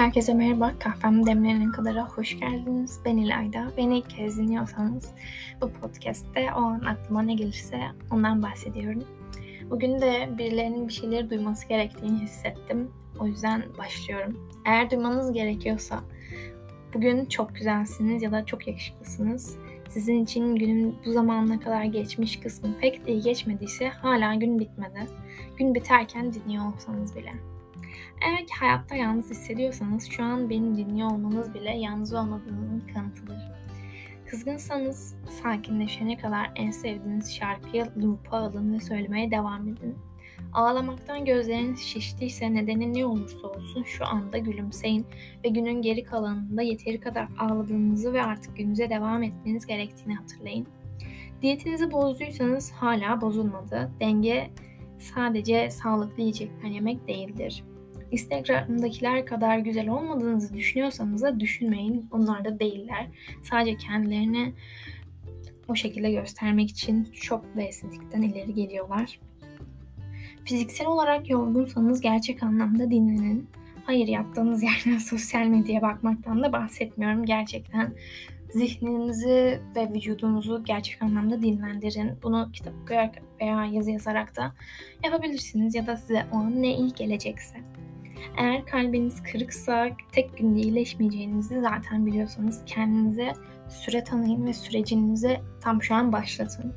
Herkese merhaba, kahvem demlenene kadara hoş geldiniz. Ben İlayda. Beni ilk kez dinliyorsanız bu podcast'te o an aklıma ne gelirse ondan bahsediyorum. Bugün de birilerinin bir şeyleri duyması gerektiğini hissettim. O yüzden başlıyorum. Eğer duymanız gerekiyorsa bugün çok güzelsiniz ya da çok yakışıklısınız. Sizin için günün bu zamanına kadar geçmiş kısmı pek de iyi geçmediyse hala gün bitmedi. Gün biterken dinliyor olsanız bile. Eğer ki hayatta yalnız hissediyorsanız şu an beni dinliyor olmanız bile yalnız olmadığınızın kanıtıdır. Kızgınsanız sakinleşene kadar en sevdiğiniz şarkıyı loop'a alın ve söylemeye devam edin. Ağlamaktan gözleriniz şiştiyse nedeni ne olursa olsun şu anda gülümseyin ve günün geri kalanında yeteri kadar ağladığınızı ve artık gününüze devam etmeniz gerektiğini hatırlayın. Diyetinizi bozduysanız hala bozulmadı. Denge sadece sağlıklı yiyecekler yemek değildir. Instagram'dakiler kadar güzel olmadığınızı düşünüyorsanız da düşünmeyin. Onlar da değiller. Sadece kendilerini o şekilde göstermek için şop ve estetikten ileri geliyorlar. Fiziksel olarak yorgunsanız gerçek anlamda dinlenin. Hayır, yattığınız yerden sosyal medyaya bakmaktan da bahsetmiyorum. Gerçekten zihninizi ve vücudunuzu gerçek anlamda dinlendirin. Bunu kitap okuyarak veya yazı yazarak da yapabilirsiniz ya da size o an ne iyi gelecekse. Eğer kalbiniz kırıksa tek günde iyileşmeyeceğinizi zaten biliyorsanız kendinize süre tanıyın ve sürecinizi tam şu an başlatın.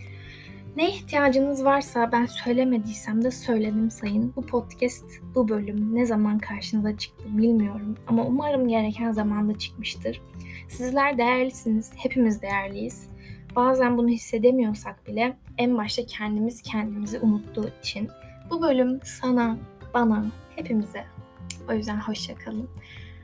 Ne ihtiyacınız varsa ben söylemediysem de söyledim sayın. Bu podcast, bu bölüm ne zaman karşınıza çıktı bilmiyorum ama umarım gereken zamanda çıkmıştır. Sizler değerlisiniz, hepimiz değerliyiz. Bazen bunu hissedemiyorsak bile en başta kendimizi unuttuğu için bu bölüm sana, bana, hepimize. O yüzden hoşça kalın.